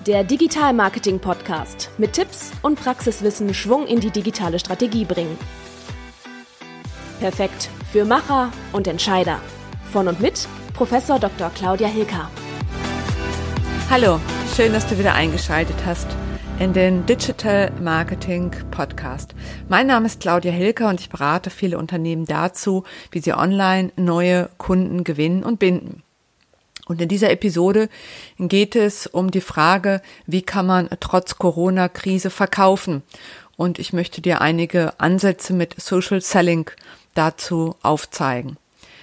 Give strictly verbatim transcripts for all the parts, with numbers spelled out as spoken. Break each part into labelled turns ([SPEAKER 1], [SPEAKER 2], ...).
[SPEAKER 1] Der Digital-Marketing-Podcast mit Tipps und Praxiswissen Schwung in die digitale Strategie bringen. Perfekt für Macher und Entscheider. Von und mit Professor Doktor Claudia Hilker.
[SPEAKER 2] Hallo, schön, dass du wieder eingeschaltet hast in den Digital Marketing Podcast. Mein Name ist Claudia Hilker und ich berate viele Unternehmen dazu, wie sie online neue Kunden gewinnen und binden. Und in dieser Episode geht es um die Frage, wie kann man trotz Corona-Krise verkaufen? Und ich möchte dir einige Ansätze mit Social Selling dazu aufzeigen.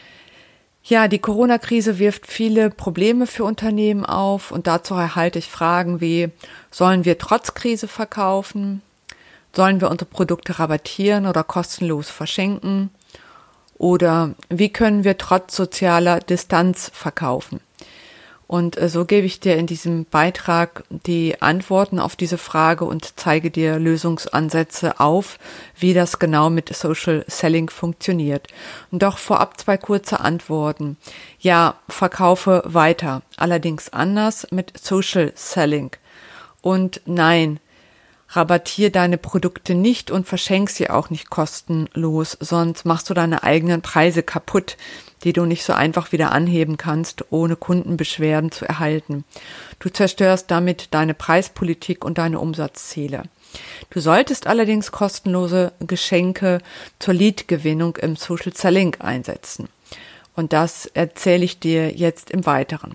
[SPEAKER 2] Ja, die Corona-Krise wirft viele Probleme für Unternehmen auf und dazu erhalte ich Fragen wie, sollen wir trotz Krise verkaufen? Sollen wir unsere Produkte rabattieren oder kostenlos verschenken? Oder wie können wir trotz sozialer Distanz verkaufen? Und so gebe ich dir in diesem Beitrag die Antworten auf diese Frage und zeige dir Lösungsansätze auf, wie das genau mit Social Selling funktioniert. Und doch vorab zwei kurze Antworten. Ja, verkaufe weiter, allerdings anders mit Social Selling. Und nein, rabattiere deine Produkte nicht und verschenk sie auch nicht kostenlos, sonst machst du deine eigenen Preise kaputt, die du nicht so einfach wieder anheben kannst, ohne Kundenbeschwerden zu erhalten. Du zerstörst damit deine Preispolitik und deine Umsatzziele. Du solltest allerdings kostenlose Geschenke zur Lead-Gewinnung im Social Selling einsetzen. Und das erzähle ich dir jetzt im Weiteren.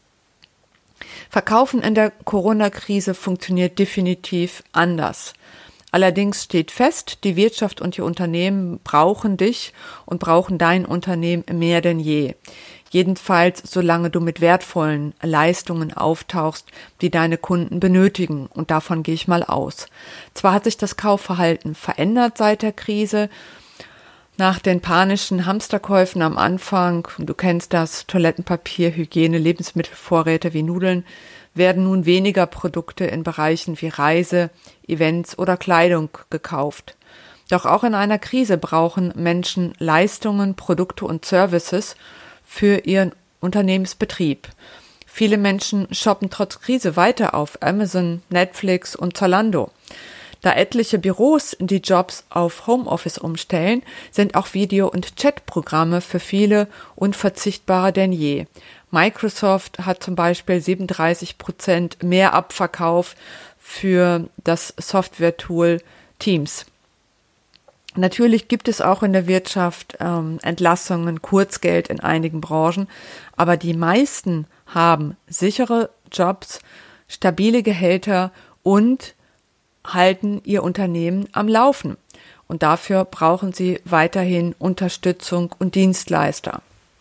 [SPEAKER 2] Verkaufen in der Corona-Krise funktioniert definitiv anders. Allerdings steht fest, die Wirtschaft und die Unternehmen brauchen dich und brauchen dein Unternehmen mehr denn je. Jedenfalls, solange du mit wertvollen Leistungen auftauchst, die deine Kunden benötigen. Und davon gehe ich mal aus. Zwar hat sich das Kaufverhalten verändert seit der Krise. Nach den panischen Hamsterkäufen am Anfang, du kennst das, Toilettenpapier, Hygiene, Lebensmittelvorräte wie Nudeln, werden nun weniger Produkte in Bereichen wie Reise, Events oder Kleidung gekauft. Doch auch in einer Krise brauchen Menschen Leistungen, Produkte und Services für ihren Unternehmensbetrieb. Viele Menschen shoppen trotz Krise weiter auf Amazon, Netflix und Zalando. Da etliche Büros die Jobs auf Homeoffice umstellen, sind auch Video- und Chatprogramme für viele unverzichtbarer denn je. Microsoft hat zum Beispiel siebenunddreißig Prozent mehr Abverkauf für das Software-Tool Teams. Natürlich gibt es auch in der Wirtschaft ähm, Entlassungen, Kurzgeld in einigen Branchen, aber die meisten haben sichere Jobs, stabile Gehälter und halten ihr Unternehmen am Laufen. Und dafür brauchen sie weiterhin Unterstützung und Dienstleister.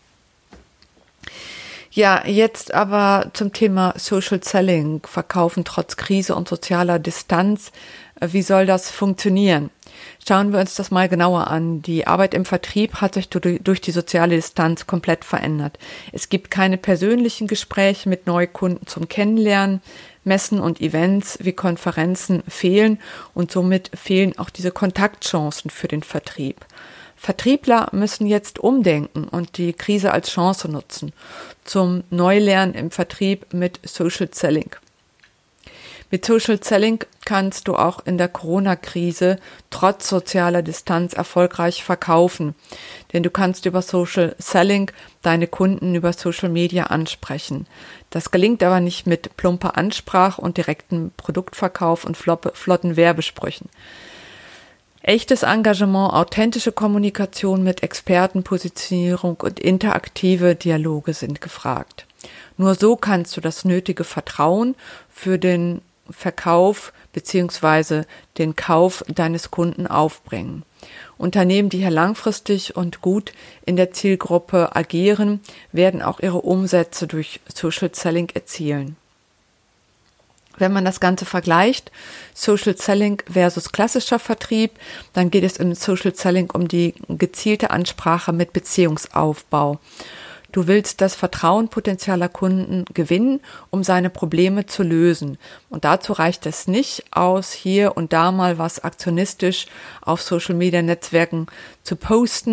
[SPEAKER 2] Ja, jetzt aber zum Thema Social Selling, Verkaufen trotz Krise und sozialer Distanz. Wie soll das funktionieren? Schauen wir uns das mal genauer an. Die Arbeit im Vertrieb hat sich durch die soziale Distanz komplett verändert. Es gibt keine persönlichen Gespräche mit Neukunden zum Kennenlernen. Messen und Events wie Konferenzen fehlen und somit fehlen auch diese Kontaktchancen für den Vertrieb. Vertriebler müssen jetzt umdenken und die Krise als Chance nutzen zum Neulernen im Vertrieb mit Social Selling. Mit Social Selling kannst du auch in der Corona-Krise trotz sozialer Distanz erfolgreich verkaufen, denn du kannst über Social Selling deine Kunden über Social Media ansprechen. Das gelingt aber nicht mit plumper Ansprache und direktem Produktverkauf und flotten Werbesprüchen. Echtes Engagement, authentische Kommunikation mit Expertenpositionierung und interaktive Dialoge sind gefragt. Nur so kannst du das nötige Vertrauen für den Verkauf bzw. den Kauf deines Kunden aufbringen. Unternehmen, die hier langfristig und gut in der Zielgruppe agieren, werden auch ihre Umsätze durch Social Selling erzielen. Wenn man das Ganze vergleicht, Social Selling versus klassischer Vertrieb, dann geht es im Social Selling um die gezielte Ansprache mit Beziehungsaufbau. Du willst das Vertrauen potenzieller Kunden gewinnen, um seine Probleme zu lösen. Und dazu reicht es nicht aus, hier und da mal was aktionistisch auf Social Media Netzwerken zu posten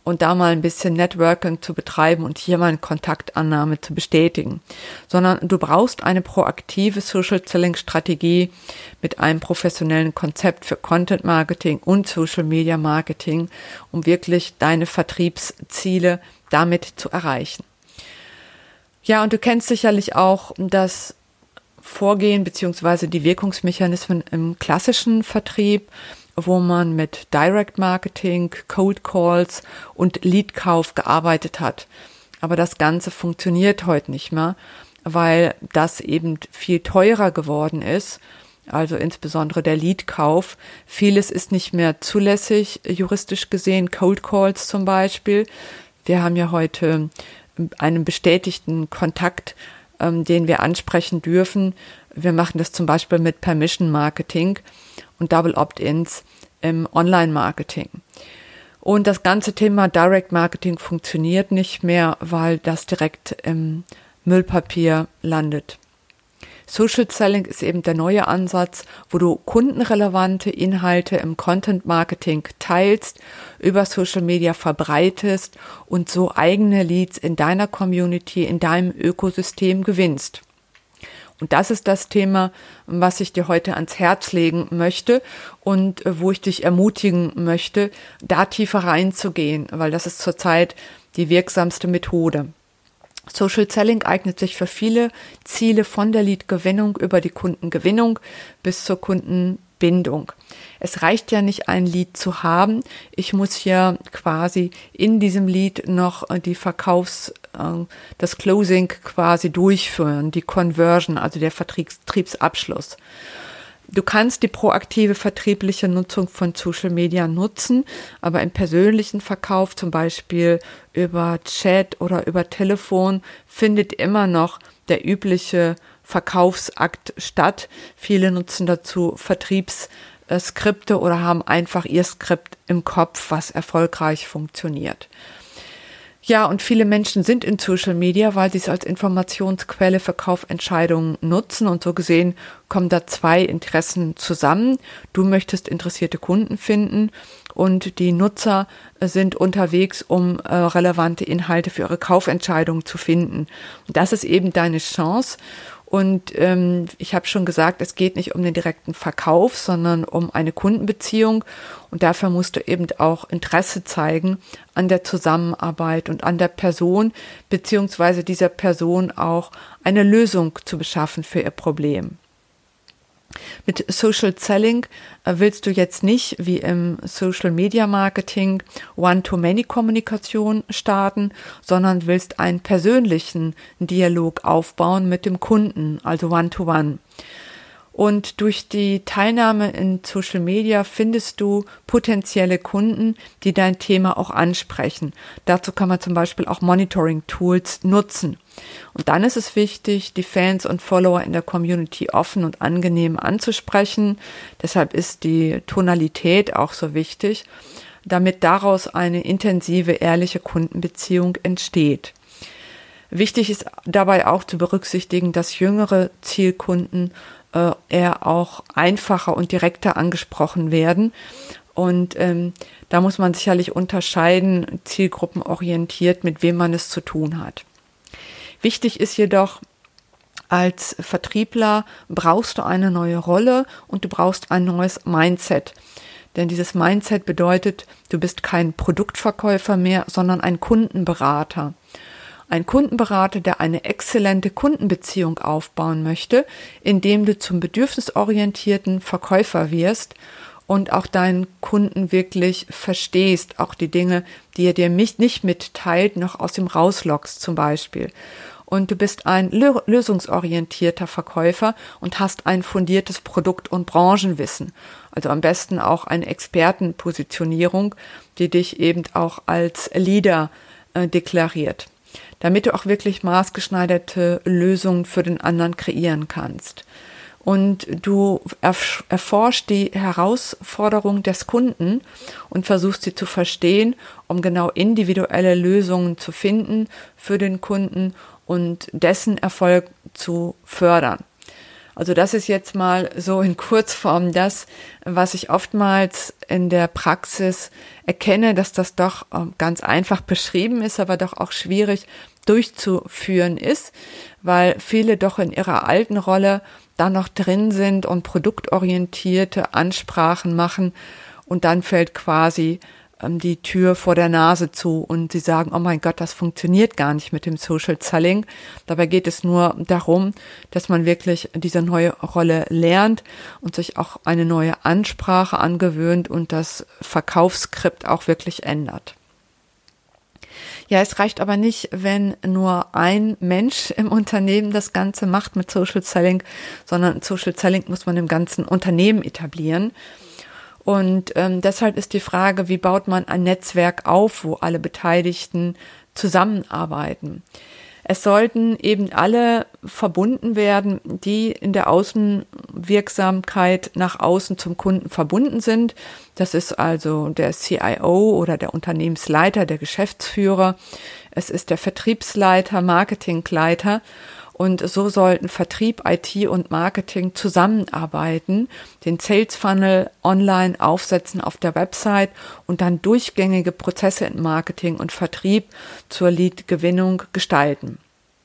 [SPEAKER 2] und da mal ein bisschen Networking zu betreiben und hier mal eine Kontaktannahme zu bestätigen, sondern du brauchst eine proaktive Social-Selling-Strategie mit einem professionellen Konzept für Content-Marketing und Social-Media-Marketing, um wirklich deine Vertriebsziele damit zu erreichen. Ja, und du kennst sicherlich auch das Vorgehen bzw. die Wirkungsmechanismen im klassischen Vertrieb, wo man mit Direct Marketing, Cold Calls und Leadkauf gearbeitet hat. Aber das Ganze funktioniert heute nicht mehr, weil das eben viel teurer geworden ist, also insbesondere der Leadkauf. Vieles ist nicht mehr zulässig, juristisch gesehen, Cold Calls zum Beispiel. Wir haben ja heute einen bestätigten Kontakt, ähm, den wir ansprechen dürfen. Wir machen das zum Beispiel mit Permission Marketing und Double Opt-ins im Online-Marketing. Und das ganze Thema Direct Marketing funktioniert nicht mehr, weil das direkt im Müllpapier landet. Social Selling ist eben der neue Ansatz, wo du kundenrelevante Inhalte im Content Marketing teilst, über Social Media verbreitest und so eigene Leads in deiner Community, in deinem Ökosystem gewinnst. Und das ist das Thema, was ich dir heute ans Herz legen möchte und wo ich dich ermutigen möchte, da tiefer reinzugehen, weil das ist zurzeit die wirksamste Methode. Social Selling eignet sich für viele Ziele von der Lead-Gewinnung über die Kundengewinnung bis zur Kundenbindung. Es reicht ja nicht, ein Lead zu haben. Ich muss ja quasi in diesem Lead noch die Verkaufs-, das Closing quasi durchführen, die Conversion, also der Vertriebsabschluss. Du kannst die proaktive vertriebliche Nutzung von Social Media nutzen, aber im persönlichen Verkauf, zum Beispiel über Chat oder über Telefon, findet immer noch der übliche Verkaufsakt statt. Viele nutzen dazu Vertriebsskripte oder haben einfach ihr Skript im Kopf, was erfolgreich funktioniert. Ja, und viele Menschen sind in Social Media, weil sie es als Informationsquelle für Kaufentscheidungen nutzen, und so gesehen kommen da zwei Interessen zusammen. Du möchtest interessierte Kunden finden und die Nutzer sind unterwegs, um äh, relevante Inhalte für ihre Kaufentscheidungen zu finden. Und das ist eben deine Chance. Und ähm, ich habe schon gesagt, es geht nicht um den direkten Verkauf, sondern um eine Kundenbeziehung. Und dafür musst du eben auch Interesse zeigen an der Zusammenarbeit und an der Person, beziehungsweise dieser Person auch eine Lösung zu beschaffen für ihr Problem. Mit Social Selling willst du jetzt nicht wie im Social Media Marketing One-to-Many-Kommunikation starten, sondern willst einen persönlichen Dialog aufbauen mit dem Kunden, also One-to-One. Und durch die Teilnahme in Social Media findest du potenzielle Kunden, die dein Thema auch ansprechen. Dazu kann man zum Beispiel auch Monitoring-Tools nutzen. Und dann ist es wichtig, die Fans und Follower in der Community offen und angenehm anzusprechen. Deshalb ist die Tonalität auch so wichtig, damit daraus eine intensive, ehrliche Kundenbeziehung entsteht. Wichtig ist dabei auch zu berücksichtigen, dass jüngere Zielkunden äh, eher auch einfacher und direkter angesprochen werden. Und ähm, da muss man sicherlich unterscheiden, zielgruppenorientiert, mit wem man es zu tun hat. Wichtig ist jedoch, als Vertriebler brauchst du eine neue Rolle und du brauchst ein neues Mindset. Denn dieses Mindset bedeutet, du bist kein Produktverkäufer mehr, sondern ein Kundenberater. Ein Kundenberater, der eine exzellente Kundenbeziehung aufbauen möchte, indem du zum bedürfnisorientierten Verkäufer wirst und auch deinen Kunden wirklich verstehst, auch die Dinge, die er dir nicht mitteilt, noch aus dem rauslockst zum Beispiel. Und du bist ein lösungsorientierter Verkäufer und hast ein fundiertes Produkt- und Branchenwissen. Also am besten auch eine Expertenpositionierung, die dich eben auch als Leader äh, deklariert, damit du auch wirklich maßgeschneiderte Lösungen für den anderen kreieren kannst. Und du erforschst die Herausforderung des Kunden und versuchst sie zu verstehen, um genau individuelle Lösungen zu finden für den Kunden und dessen Erfolg zu fördern. Also das ist jetzt mal so in Kurzform das, was ich oftmals in der Praxis erkenne, dass das doch ganz einfach beschrieben ist, aber doch auch schwierig durchzuführen ist, weil viele doch in ihrer alten Rolle da noch drin sind und produktorientierte Ansprachen machen und dann fällt quasi ähm, die Tür vor der Nase zu und sie sagen, oh mein Gott, das funktioniert gar nicht mit dem Social Selling. Dabei geht es nur darum, dass man wirklich diese neue Rolle lernt und sich auch eine neue Ansprache angewöhnt und das Verkaufsskript auch wirklich ändert. Ja, es reicht aber nicht, wenn nur ein Mensch im Unternehmen das Ganze macht mit Social Selling, sondern Social Selling muss man im ganzen Unternehmen etablieren. Und ähm, deshalb ist die Frage, wie baut man ein Netzwerk auf, wo alle Beteiligten zusammenarbeiten. Es sollten eben alle verbunden werden, die in der Außenwirksamkeit nach außen zum Kunden verbunden sind. Das ist also der C I O oder der Unternehmensleiter, der Geschäftsführer. Es ist der Vertriebsleiter, Marketingleiter. Und so sollten Vertrieb, I T und Marketing zusammenarbeiten, den Sales Funnel online aufsetzen auf der Website und dann durchgängige Prozesse in Marketing und Vertrieb zur Lead-Gewinnung gestalten.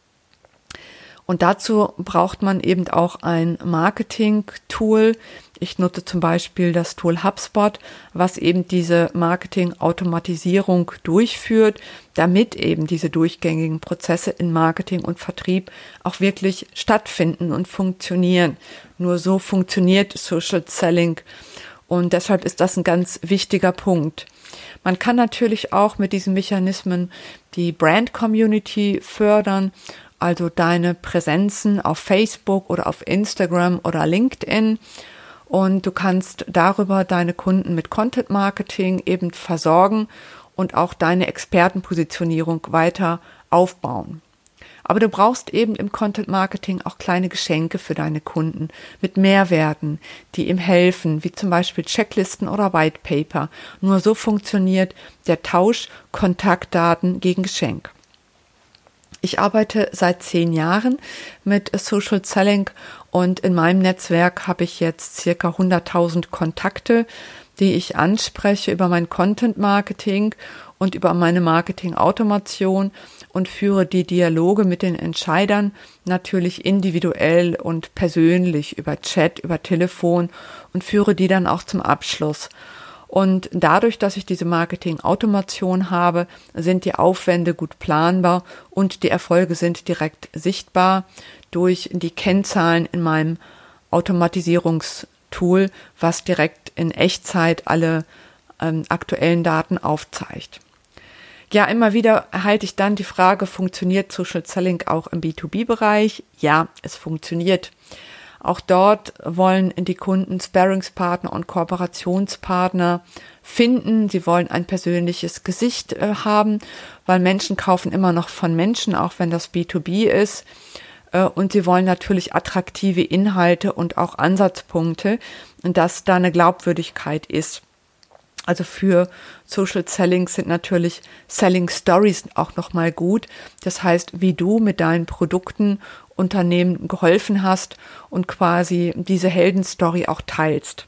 [SPEAKER 2] Und dazu braucht man eben auch ein Marketing-Tool. Ich nutze zum Beispiel das Tool HubSpot, was eben diese Marketing-Automatisierung durchführt, damit eben diese durchgängigen Prozesse in Marketing und Vertrieb auch wirklich stattfinden und funktionieren. Nur so funktioniert Social Selling und deshalb ist das ein ganz wichtiger Punkt. Man kann natürlich auch mit diesen Mechanismen die Brand-Community fördern, also deine Präsenzen auf Facebook oder auf Instagram oder LinkedIn. Und du kannst darüber deine Kunden mit Content Marketing eben versorgen und auch deine Expertenpositionierung weiter aufbauen. Aber du brauchst eben im Content Marketing auch kleine Geschenke für deine Kunden mit Mehrwerten, die ihm helfen, wie zum Beispiel Checklisten oder White Paper. Nur so funktioniert der Tausch Kontaktdaten gegen Geschenk. Ich arbeite seit zehn Jahren mit Social Selling und in meinem Netzwerk habe ich jetzt circa hunderttausend Kontakte, die ich anspreche über mein Content Marketing und über meine Marketing-Automation und führe die Dialoge mit den Entscheidern natürlich individuell und persönlich über Chat, über Telefon und führe die dann auch zum Abschluss. Und dadurch, dass ich diese Marketing-Automation habe, sind die Aufwände gut planbar und die Erfolge sind direkt sichtbar durch die Kennzahlen in meinem Automatisierungstool, was direkt in Echtzeit alle ähm, aktuellen Daten aufzeigt. Ja, immer wieder erhalte ich dann die Frage, funktioniert Social Selling auch im B zwei B-Bereich? Ja, es funktioniert. Auch dort wollen die Kunden Sparringspartner und Kooperationspartner finden. Sie wollen ein persönliches Gesicht äh, haben, weil Menschen kaufen immer noch von Menschen, auch wenn das B zwei B ist. Äh, und sie wollen natürlich attraktive Inhalte und auch Ansatzpunkte, dass da eine Glaubwürdigkeit ist. Also für Social Selling sind natürlich Selling Stories auch nochmal gut. Das heißt, wie du mit deinen Produkten Unternehmen geholfen hast und quasi diese Heldenstory auch teilst.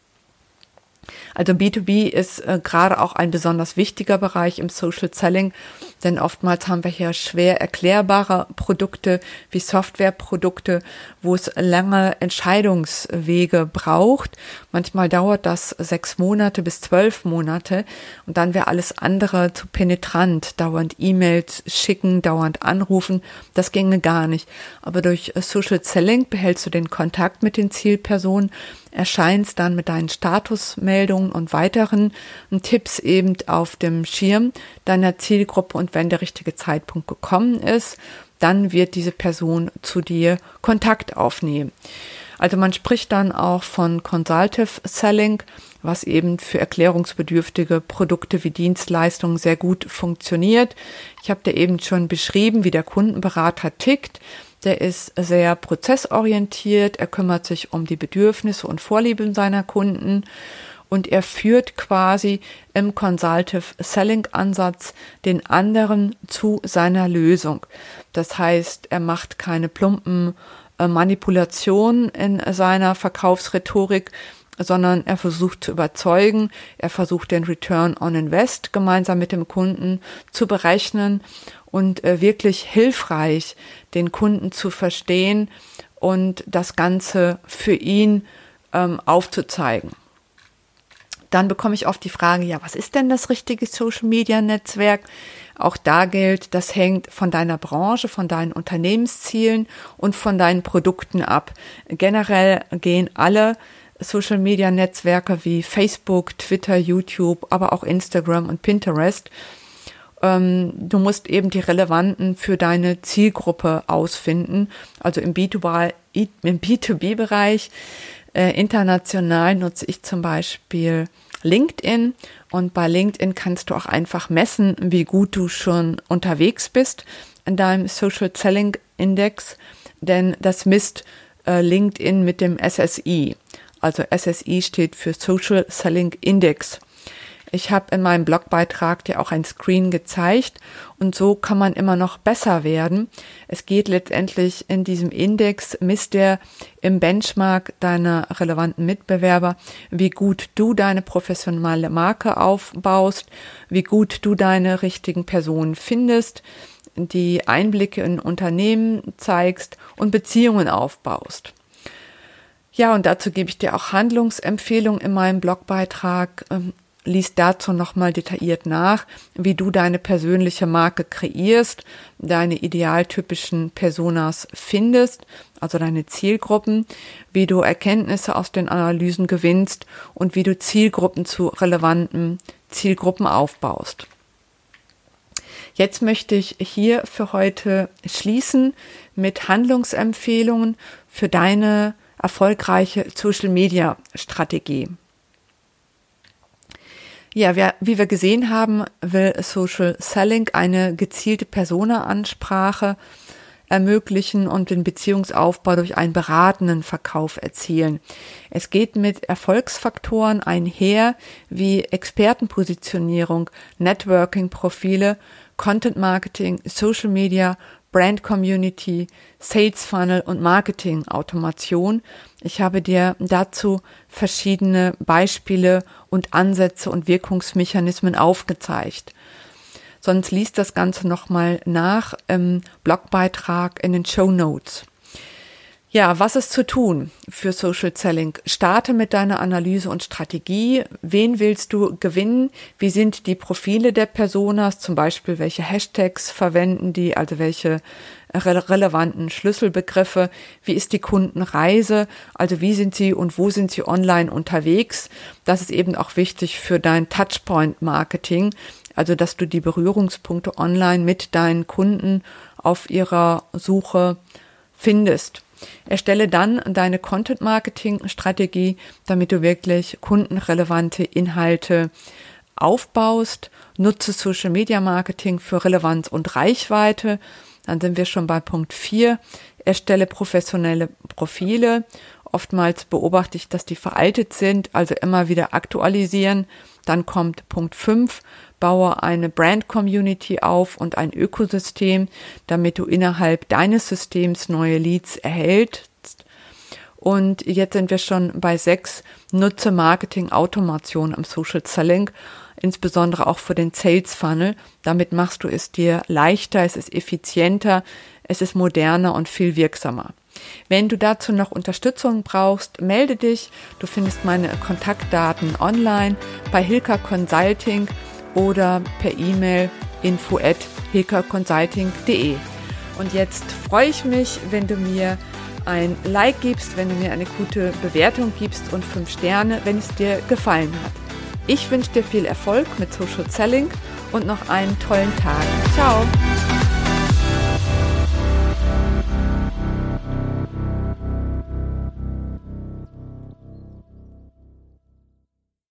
[SPEAKER 2] Also B zwei B ist äh, gerade auch ein besonders wichtiger Bereich im Social Selling, denn oftmals haben wir hier schwer erklärbare Produkte wie Softwareprodukte, wo es lange Entscheidungswege braucht. Manchmal dauert das sechs Monate bis zwölf Monate und dann wäre alles andere zu penetrant. Dauernd E-Mails schicken, dauernd anrufen, das ginge gar nicht. Aber durch Social Selling behältst du den Kontakt mit den Zielpersonen, erscheinst dann mit deinen Statusmeldungen und weiteren Tipps eben auf dem Schirm deiner Zielgruppe und wenn der richtige Zeitpunkt gekommen ist, dann wird diese Person zu dir Kontakt aufnehmen. Also man spricht dann auch von Consultative Selling, was eben für erklärungsbedürftige Produkte wie Dienstleistungen sehr gut funktioniert. Ich habe dir eben schon beschrieben, wie der Kundenberater tickt. Der ist sehr prozessorientiert, er kümmert sich um die Bedürfnisse und Vorlieben seiner Kunden und er führt quasi im Consultative Selling Ansatz den anderen zu seiner Lösung. Das heißt, er macht keine plumpen äh, Manipulationen in seiner Verkaufsrhetorik, sondern er versucht zu überzeugen, er versucht den Return on Invest gemeinsam mit dem Kunden zu berechnen und äh, wirklich hilfreich den Kunden zu verstehen und das Ganze für ihn ähm, aufzuzeigen. Dann bekomme ich oft die Frage, ja, was ist denn das richtige Social-Media-Netzwerk? Auch da gilt, das hängt von deiner Branche, von deinen Unternehmenszielen und von deinen Produkten ab. Generell gehen alle Social-Media-Netzwerke wie Facebook, Twitter, YouTube, aber auch Instagram und Pinterest. Ähm, du musst eben die relevanten für deine Zielgruppe ausfinden, also im B zwei B, im B zwei B-Bereich. Äh, international nutze ich zum Beispiel LinkedIn und bei LinkedIn kannst du auch einfach messen, wie gut du schon unterwegs bist in deinem Social Selling Index, denn das misst äh, LinkedIn mit dem S S I. Also S S I steht für Social Selling Index. Ich habe in meinem Blogbeitrag dir auch ein Screen gezeigt und so kann man immer noch besser werden. Es geht letztendlich in diesem Index, misst der im Benchmark deiner relevanten Mitbewerber, wie gut du deine professionelle Marke aufbaust, wie gut du deine richtigen Personen findest, die Einblicke in Unternehmen zeigst und Beziehungen aufbaust. Ja, und dazu gebe ich dir auch Handlungsempfehlungen in meinem Blogbeitrag. Lies dazu nochmal detailliert nach, wie du deine persönliche Marke kreierst, deine idealtypischen Personas findest, also deine Zielgruppen, wie du Erkenntnisse aus den Analysen gewinnst und wie du Zielgruppen zu relevanten Zielgruppen aufbaust. Jetzt möchte ich hier für heute schließen mit Handlungsempfehlungen für deine erfolgreiche Social-Media-Strategie. Ja, wir, wie wir gesehen haben, will Social Selling eine gezielte Persona-Ansprache ermöglichen und den Beziehungsaufbau durch einen beratenden Verkauf erzielen. Es geht mit Erfolgsfaktoren einher wie Expertenpositionierung, Networking-Profile, Content-Marketing, Social Media, Brand Community, Sales Funnel und Marketing Automation. Ich habe dir dazu verschiedene Beispiele und Ansätze und Wirkungsmechanismen aufgezeigt. Sonst liest das Ganze nochmal nach im Blogbeitrag in den Shownotes. Ja, was ist zu tun für Social Selling? Starte mit deiner Analyse und Strategie. Wen willst du gewinnen? Wie sind die Profile der Personas? Zum Beispiel, welche Hashtags verwenden die? Also welche re- relevanten Schlüsselbegriffe? Wie ist die Kundenreise? Also wie sind sie und wo sind sie online unterwegs? Das ist eben auch wichtig für dein Touchpoint-Marketing. Also, dass du die Berührungspunkte online mit deinen Kunden auf ihrer Suche findest. Erstelle dann deine Content-Marketing-Strategie, damit du wirklich kundenrelevante Inhalte aufbaust. Nutze Social-Media-Marketing für Relevanz und Reichweite. Dann sind wir schon bei Punkt vier. Erstelle professionelle Profile. Oftmals beobachte ich, dass die veraltet sind, also immer wieder aktualisieren. Dann kommt Punkt fünf. Baue eine Brand-Community auf und ein Ökosystem, damit du innerhalb deines Systems neue Leads erhältst. Und jetzt sind wir schon bei sechs. Nutze Marketing-Automation im Social Selling, insbesondere auch für den Sales Funnel. Damit machst du es dir leichter, es ist effizienter, es ist moderner und viel wirksamer. Wenn du dazu noch Unterstützung brauchst, melde dich. Du findest meine Kontaktdaten online bei Hilker Consulting oder per E-Mail info at hilker consulting punkt de. Und jetzt freue ich mich, wenn du mir ein Like gibst, wenn du mir eine gute Bewertung gibst und fünf Sterne, wenn es dir gefallen hat. Ich wünsche dir viel Erfolg mit Social Selling und noch einen tollen Tag. Ciao!